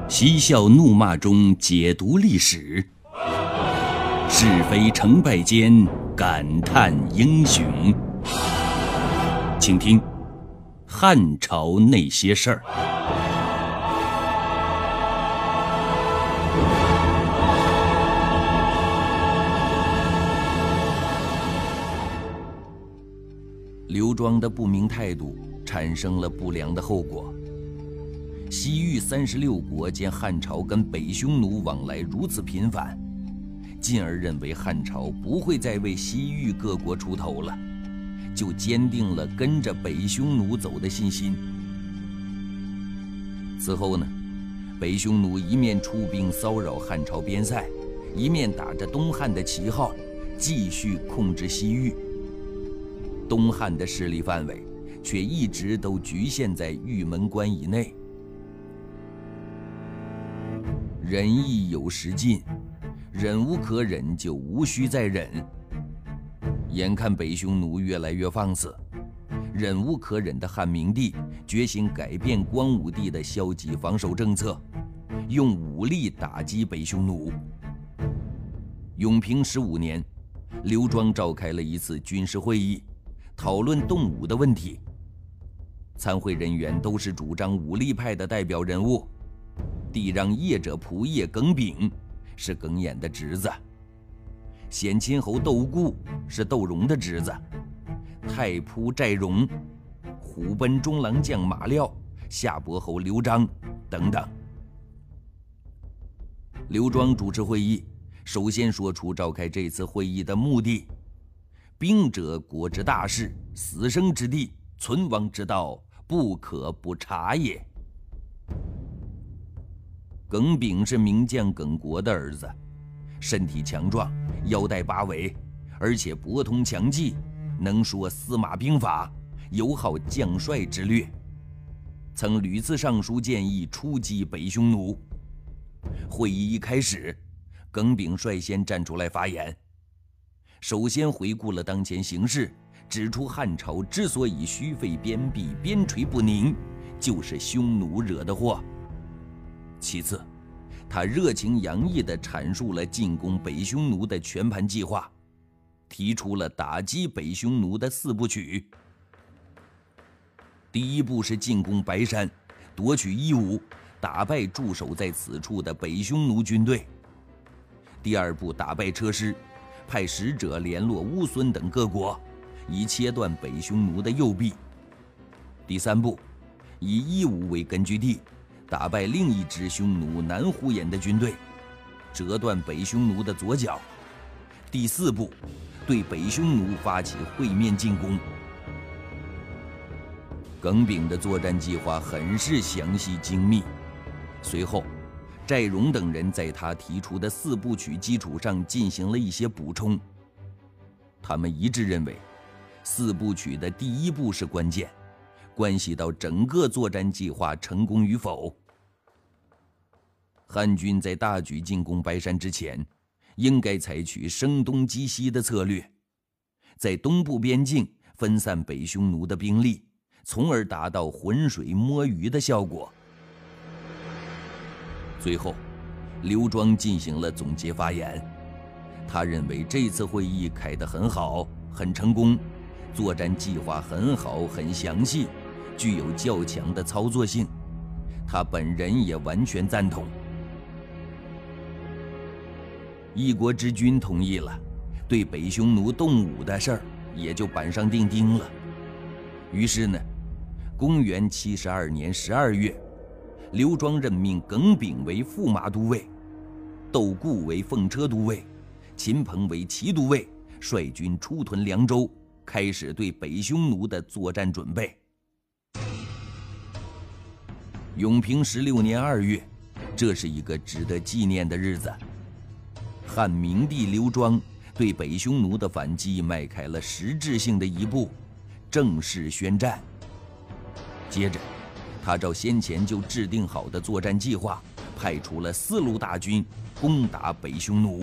嬉笑怒骂中解读历史，是非成败间感叹英雄。请听《汉朝那些事儿》。刘庄的不明态度产生了不良的后果。西域36国见汉朝跟北匈奴往来如此频繁，进而认为汉朝不会再为西域各国出头了，就坚定了跟着北匈奴走的信心。此后呢，北匈奴一面出兵骚扰汉朝边塞，一面打着东汉的旗号继续控制西域。东汉的势力范围却一直都局限在玉门关以内。忍亦有时尽，忍无可忍就无需再忍。眼看北匈奴越来越放肆，忍无可忍的汉明帝决心改变光武帝的消极防守政策，用武力打击北匈奴。永平15年，刘庄召开了一次军事会议，讨论动武的问题。参会人员都是主张武力派的代表人物。帝让业者仆射耿炳是耿弇的侄子，显亲侯窦固是窦融的侄子，太仆寨戎、虎贲中郎将马廖、夏伯侯刘璋等等。刘庄主持会议，首先说出召开这次会议的目的：兵者，国之大事，死生之地，存亡之道，不可不察也。耿炳是名将耿国的儿子，身体强壮，腰带八围，而且博通强记，能说司马兵法，有好将帅之略，曾屡次上书建议出击北匈奴。会议一开始，耿炳率先站出来发言，首先回顾了当前形势，指出汉朝之所以虚废边壁，边陲不宁，就是匈奴惹的祸。其次，他热情洋溢地阐述了进攻北匈奴的全盘计划，提出了打击北匈奴的4部曲。第一步是进攻白山，夺取伊吾，打败驻守在此处的北匈奴军队。第二步打败车师，派使者联络乌孙等各国，以切断北匈奴的右臂。第三步，以伊吾为根据地，打败另一支匈奴南呼延的军队，折断北匈奴的左脚。第4步，对北匈奴发起会面进攻。耿炳的作战计划很是详细精密。随后，寨戎等人在他提出的4部曲基础上进行了一些补充。他们一致认为，4部曲的第1步是关键，关系到整个作战计划成功与否。汉军在大举进攻白山之前，应该采取声东击西的策略，在东部边境分散北匈奴的兵力，从而达到浑水摸鱼的效果。最后，刘庄进行了总结发言，他认为这次会议开得很好，很成功，作战计划很好，很详细，具有较强的操作性，他本人也完全赞同。一国之君同意了，对北匈奴动武的事儿也就板上钉钉了。于是呢，公元72年12月，刘庄任命耿炳为驸马都尉，窦固为奉车都尉，秦鹏为骑都尉，率军出屯凉州，开始对北匈奴的作战准备。永平16年2月，这是一个值得纪念的日子。汉明帝刘庄对北匈奴的反击迈开了实质性的一步，正式宣战。接着，他照先前就制定好的作战计划，派出了4路大军攻打北匈奴。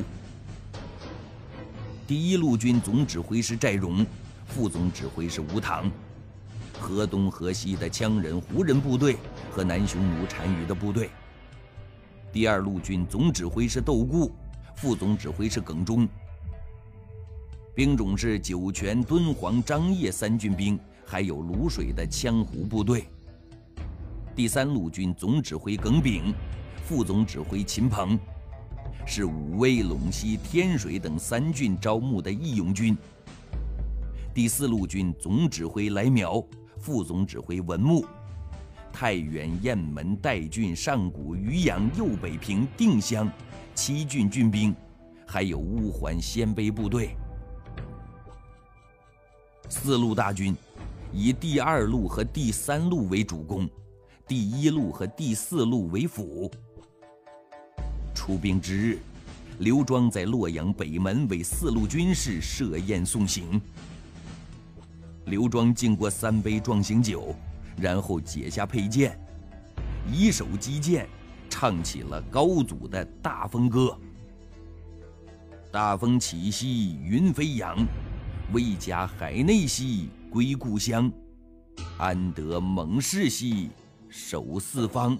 第1路军总指挥是寨戎，副总指挥是吴唐。河东河西的羌人、胡人部队和南匈奴单于的部队。 第2路军总指挥是窦固，副总指挥是耿忠。兵种是酒泉、敦煌、张掖3郡兵，还有卤水的羌胡部队。第3路军总指挥耿炳，副总指挥秦鹏，是武威、陇西、天水等3郡招募的义勇军。第4路军总指挥来苗，副总指挥文木，太原、雁门、代郡、上古、渔阳、右北平、定襄7郡军兵，还有乌桓、鲜卑部队。4路大军以第2路和第3路为主攻，第1路和第4路为辅。出兵之日，刘庄在洛阳北门为4路军士设宴送行。刘庄敬过3杯壮行酒，然后解下佩剑，以手击剑，唱起了高祖的大风歌：大风起兮云飞扬，威加海内兮归故乡，安得猛士兮守四方。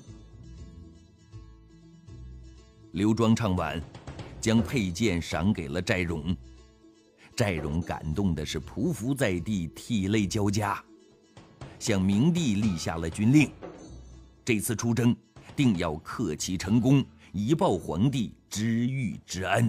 刘庄唱完，将佩剑赏给了寨荣。寨荣感动的是匍匐在地，涕泪交加，向明帝立下了军令：这次出征定要克其成功，以报皇帝知遇之恩。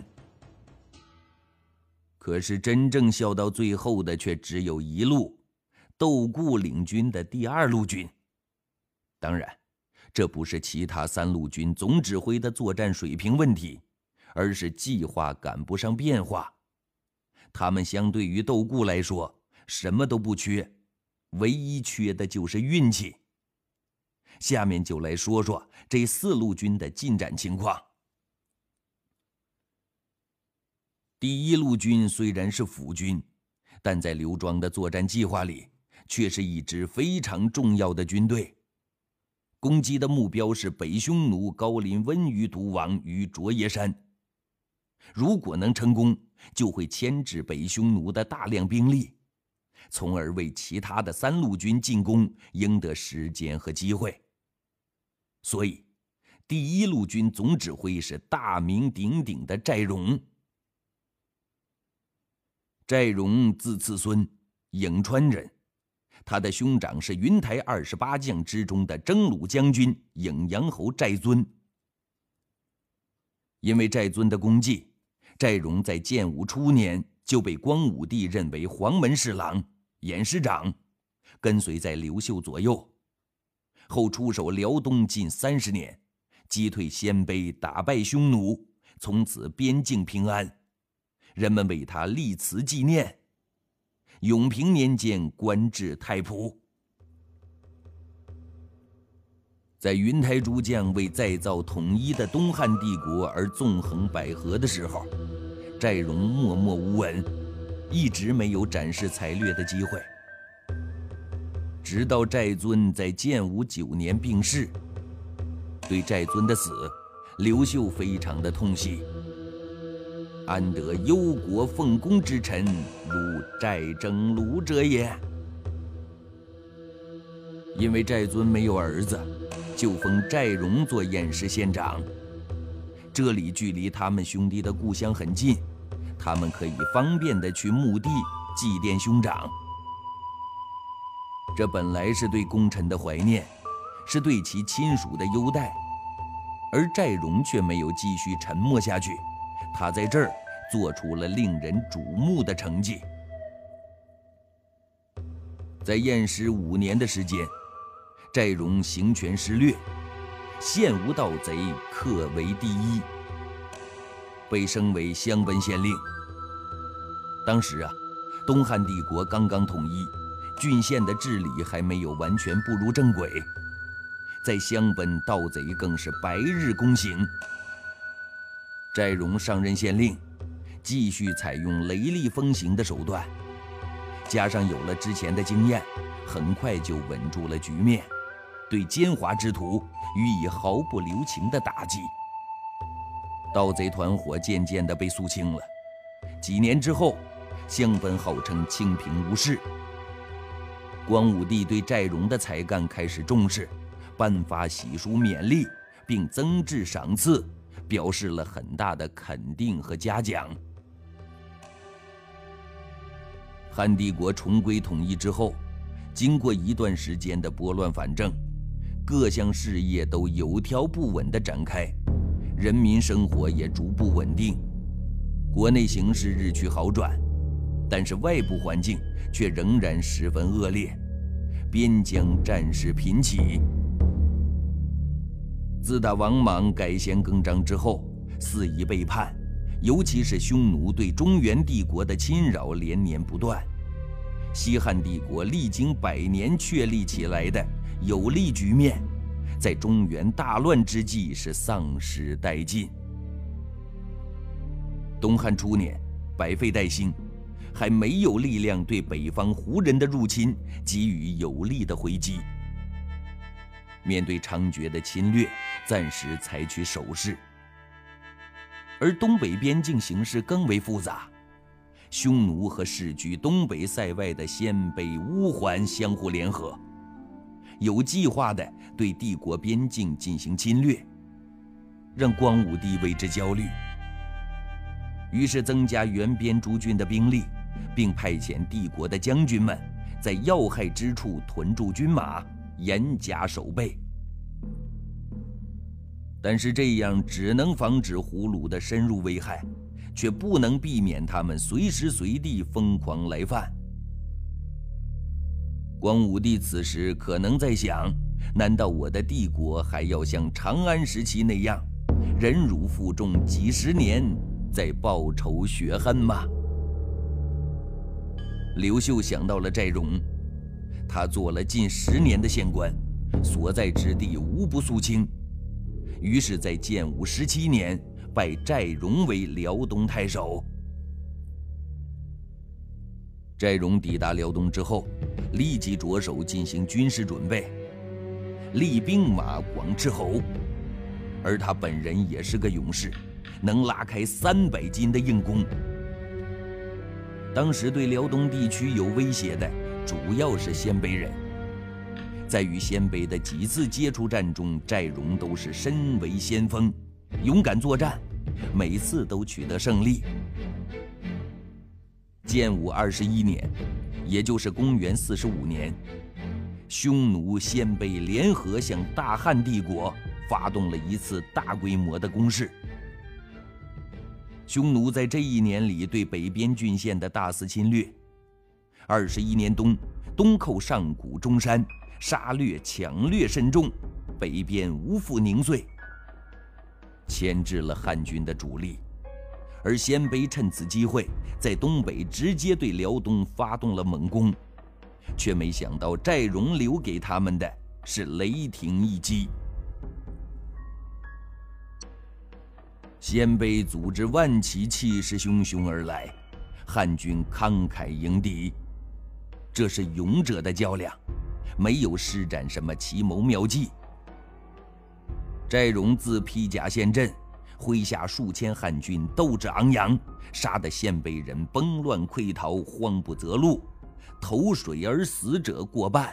可是真正笑到最后的却只有1路，窦固领军的第2路军。当然，这不是其他3路军总指挥的作战水平问题，而是计划赶不上变化。他们相对于窦固来说，什么都不缺，唯一缺的就是运气。下面就来说说这4路军的进展情况。第1路军虽然是辅军，但在刘庄的作战计划里，却是一支非常重要的军队。攻击的目标是北匈奴高林温于毒王于卓耶山。如果能成功，就会牵制北匈奴的大量兵力，从而为其他的3路军进攻赢得时间和机会。所以，第1路军总指挥是大名鼎鼎的寨荣。寨荣字次孙，颍川人，他的兄长是云台28将之中的征虏将军颍阳侯寨遵。因为寨遵的功绩，寨荣在建武初年就被光武帝任为黄门侍郎、演师长，跟随在刘秀左右。后出守辽东近30年，击退鲜卑，打败匈奴，从此边境平安，人们为他立祠纪念。永平年间官至太仆。在云台诸将为再造统一的东汉帝国而纵横捭阖的时候，寨荣默默无闻，一直没有展示才略的机会。直到寨遵在建武9年病逝，对寨遵的死，刘秀非常的痛惜。安得忧国奉公之臣，如寨征虏者也？因为寨遵没有儿子，就封寨荣做偃师县长。这里距离他们兄弟的故乡很近，他们可以方便地去墓地祭奠兄长。这本来是对功臣的怀念，是对其亲属的优待，而寨荣却没有继续沉默下去，他在这儿做出了令人瞩目的成绩。在偃师5年的时间，寨荣行权施略，县无盗贼，克为第一，被升为襄温县令。当时啊，东汉帝国刚刚统一，郡县的治理还没有完全步入正轨，在襄温盗贼更是白日弓行。寨荣上任县令，继续采用雷厉风行的手段，加上有了之前的经验，很快就稳住了局面，对奸猾之徒予以毫不留情的打击。盗贼团伙渐渐地被肃清了。几年之后，襄温号称清平无事。光武帝对寨荣的才干开始重视，颁发玺书勉励， 并增置赏赐，表示了很大的肯定和嘉奖。汉帝国重归统一之后，经过一段时间的拨乱反正，各项事业都有条不紊地展开，人民生活也逐步稳定，国内形势日趋好转，但是外部环境却仍然十分恶劣，边疆战事频起。自打王莽改弦更张之后，肆意背叛，尤其是匈奴对中原帝国的侵扰连年不断，西汉帝国历经100年确立起来的有利局面，在中原大乱之际是丧失殆尽。东汉初年，百废待兴，还没有力量对北方胡人的入侵给予有力的回击。面对猖獗的侵略，暂时采取守势。而东北边境形势更为复杂，匈奴和世居东北塞外的鲜卑、乌桓相互联合，有计划地对帝国边境进行侵略，让光武帝为之焦虑。于是增加援边诸郡的兵力，并派遣帝国的将军们在要害之处屯驻军马，严加守备。但是这样只能防止胡虏的深入危害，却不能避免他们随时随地疯狂来犯。光武帝此时可能在想，难道我的帝国还要像长安时期那样，忍辱负重几十年，再报仇雪恨吗？刘秀想到了寨戎，他做了近10年的县官，所在之地无不肃清，于是在建武17年拜寨戎为辽东太守。寨戎抵达辽东之后，立即着手进行军事准备，立兵马广斥候，而他本人也是个勇士，能拉开300斤的硬弓。当时对辽东地区有威胁的主要是鲜卑人，在与鲜卑的几次接触战中，寨戎都是身为先锋，勇敢作战，每次都取得胜利。建武21年，也就是公元45年，匈奴、鲜卑联合向大汉帝国发动了一次大规模的攻势。匈奴在这一年里对北边郡县的大肆侵略。21年冬，东寇上古中山，杀掠抢掠甚重，北边无复宁绥，牵制了汉军的主力。而鲜卑趁此机会，在东北直接对辽东发动了猛攻，却没想到寨戎留给他们的是雷霆一击。鲜卑组织万骑，气势汹汹而来，汉军慷慨迎敌。这是勇者的较量，没有施展什么奇谋妙计。寨戎自披甲陷阵，麾下数千汉军斗志昂扬，杀得鲜卑人崩乱溃逃，慌不择路，投水而死者过半。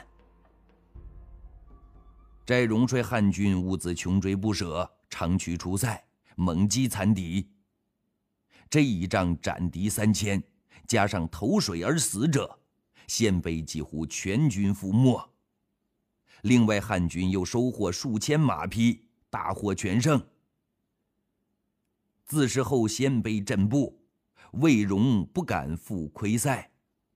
寨戎率汉军兀自穷追不舍，长驱出塞，猛击残敌。这一仗斩敌3000，加上投水而死者，鲜卑几乎全军覆没。另外汉军又收获数千马匹，大获全胜。自是后鲜卑阵步，魏戎不敢复窥塞。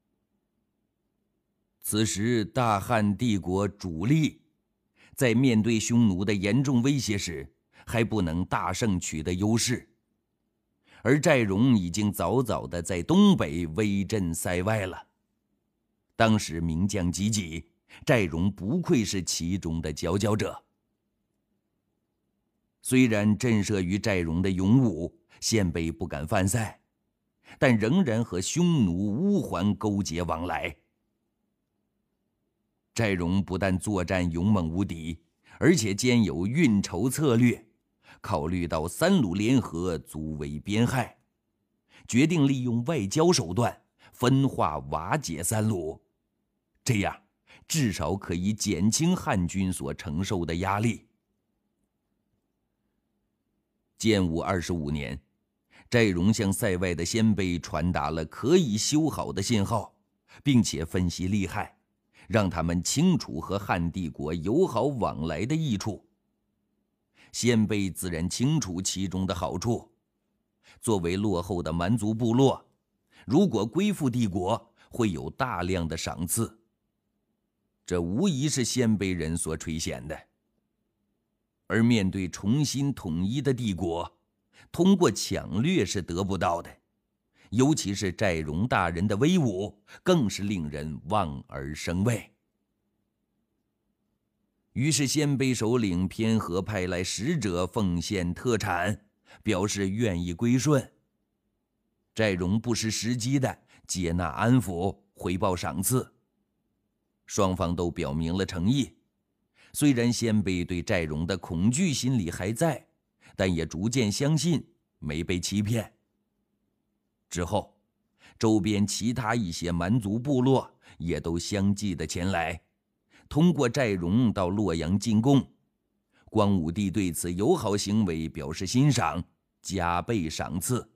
此时大汉帝国主力在面对匈奴的严重威胁时，还不能大胜取得优势，而寨戎已经早早地在东北威震塞外了。当时名将济济，寨戎不愧是其中的佼佼者。虽然震慑于寨戎的勇武，鲜卑不敢犯塞，但仍然和匈奴、乌桓勾结往来。寨戎不但作战勇猛无敌，而且兼有运筹策略，考虑到3鲁联合足为边害，决定利用外交手段分化瓦解3鲁，这样至少可以减轻汉军所承受的压力。 建武25年，寨荣向塞外的鲜卑传达了可以修好的信号，并且分析利害，让他们清楚和汉帝国友好往来的益处。鲜卑自然清楚其中的好处。作为落后的蛮族部落，如果归附帝国，会有大量的赏赐，这无疑是鲜卑人所垂涎的。而面对重新统一的帝国，通过抢掠是得不到的，尤其是寨荣大人的威武，更是令人望而生畏。于是鲜卑首领偏和派来使者奉献特产，表示愿意归顺。寨荣不失时机的接纳安抚，回报赏赐，双方都表明了诚意。虽然鲜卑对寨荣的恐惧心理还在，但也逐渐相信没被欺骗。之后，周边其他一些蛮族部落也都相继的前来，通过寨荣到洛阳进贡。光武帝对此友好行为表示欣赏，加倍赏赐。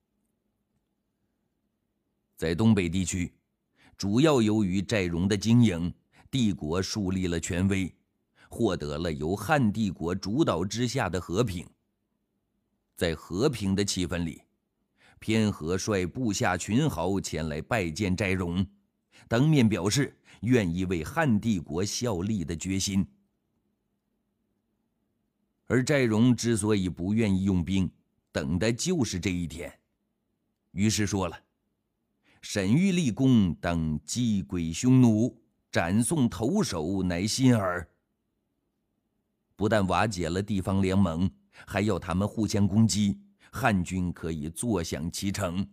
在东北地区，主要由于寨荣的经营，帝国树立了权威，获得了由汉帝国主导之下的和平。在和平的气氛里，偏和率部下群豪前来拜见寨荣，当面表示愿意为汉帝国效力的决心。而寨荣之所以不愿意用兵，等的就是这一天，于是说了：“审欲立功，当击归匈奴，斩送头首，乃心耳。”不但瓦解了地方联盟，还要他们互相攻击，汉军可以坐享其成。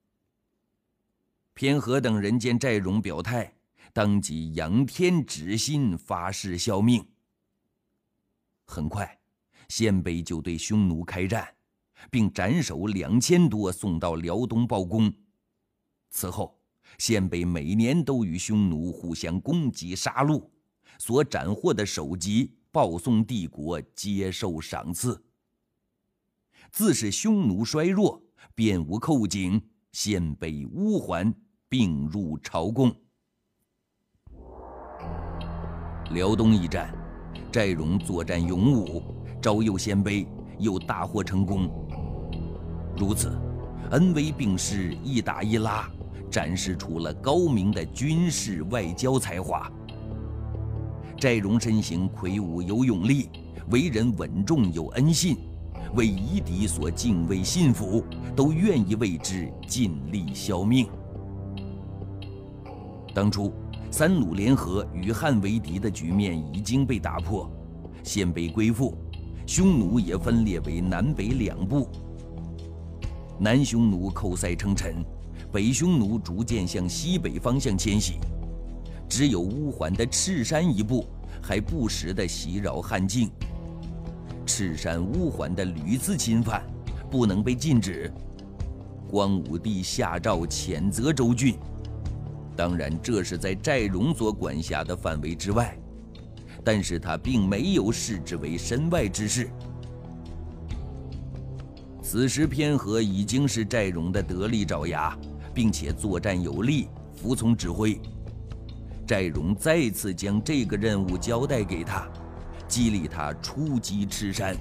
偏和等人见寨荣表态，当即仰天指心，发誓效命。很快，鲜卑就对匈奴开战，并斩首2000多，送到辽东报功。此后，鲜卑每年都与匈奴互相攻击杀戮，所斩获的首级报送帝国，接受赏赐。自是匈奴衰弱，便无寇警，鲜卑乌桓并入朝贡。辽东一战，寨荣作战勇武，招诱鲜卑，又大获成功。如此，恩威并施，一打一拉，展示出了高明的军事外交才华。寨荣身形魁梧有勇力，为人稳重有恩信，为夷狄所敬畏信服，都愿意为之尽力效命。当初三鲁联合与汉为敌的局面已经被打破，鲜卑归附，匈奴也分裂为南北两部。南匈奴寇塞称臣，北匈奴逐渐向西北方向迁徙，只有乌桓的赤山一部还不时地袭扰汉境。赤山乌桓的屡次侵犯不能被禁止，光武帝下诏谴责州郡。当然，这是在寨荣所管辖的范围之外，但是他并没有视之为身外之事。此时偏和已经是寨荣的得力爪牙，并且作战有力，服从指挥。寨荣再次将这个任务交代给他，激励他出击赤山。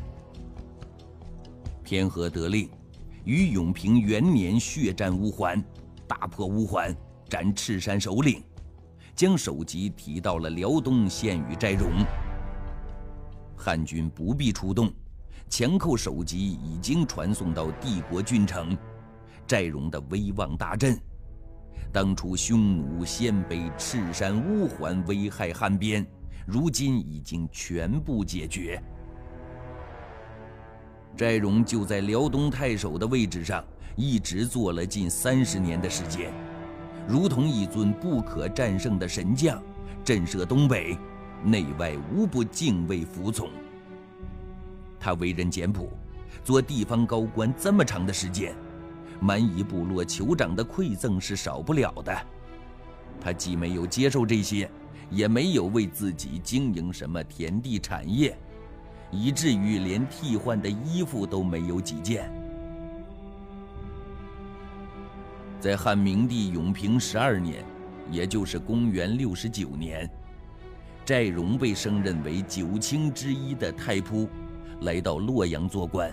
偏和得令，于永平元年血战乌桓，大破乌桓，斩赤山首领，将首级提到了辽东，献与寨荣。汉军不必出动，强寇首级已经传送到帝国郡城，寨荣的威望大振。当初匈奴、鲜卑、赤山、乌桓危害汉边，如今已经全部解决。寨荣就在辽东太守的位置上，一直做了近30年的时间，如同一尊不可战胜的神将，震慑东北，内外无不敬畏服从。他为人简朴，做地方高官这么长的时间，蛮夷部落酋长的馈赠是少不了的。他既没有接受这些，也没有为自己经营什么田地产业， 以至于连替换的衣服都没有几件。在汉明帝永平12年，也就是公元69年，寨荣被升任为9卿之一的太仆，来到洛阳做官。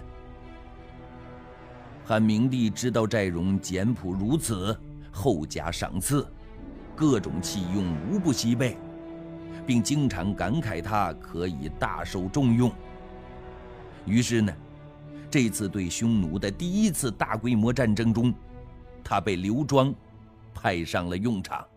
汉明帝知道寨荣简朴如此，厚加赏赐，各种器用无不齐备，并经常感慨他可以大受重用。于是呢，这次对匈奴的第一次大规模战争中，他被刘庄派上了用场。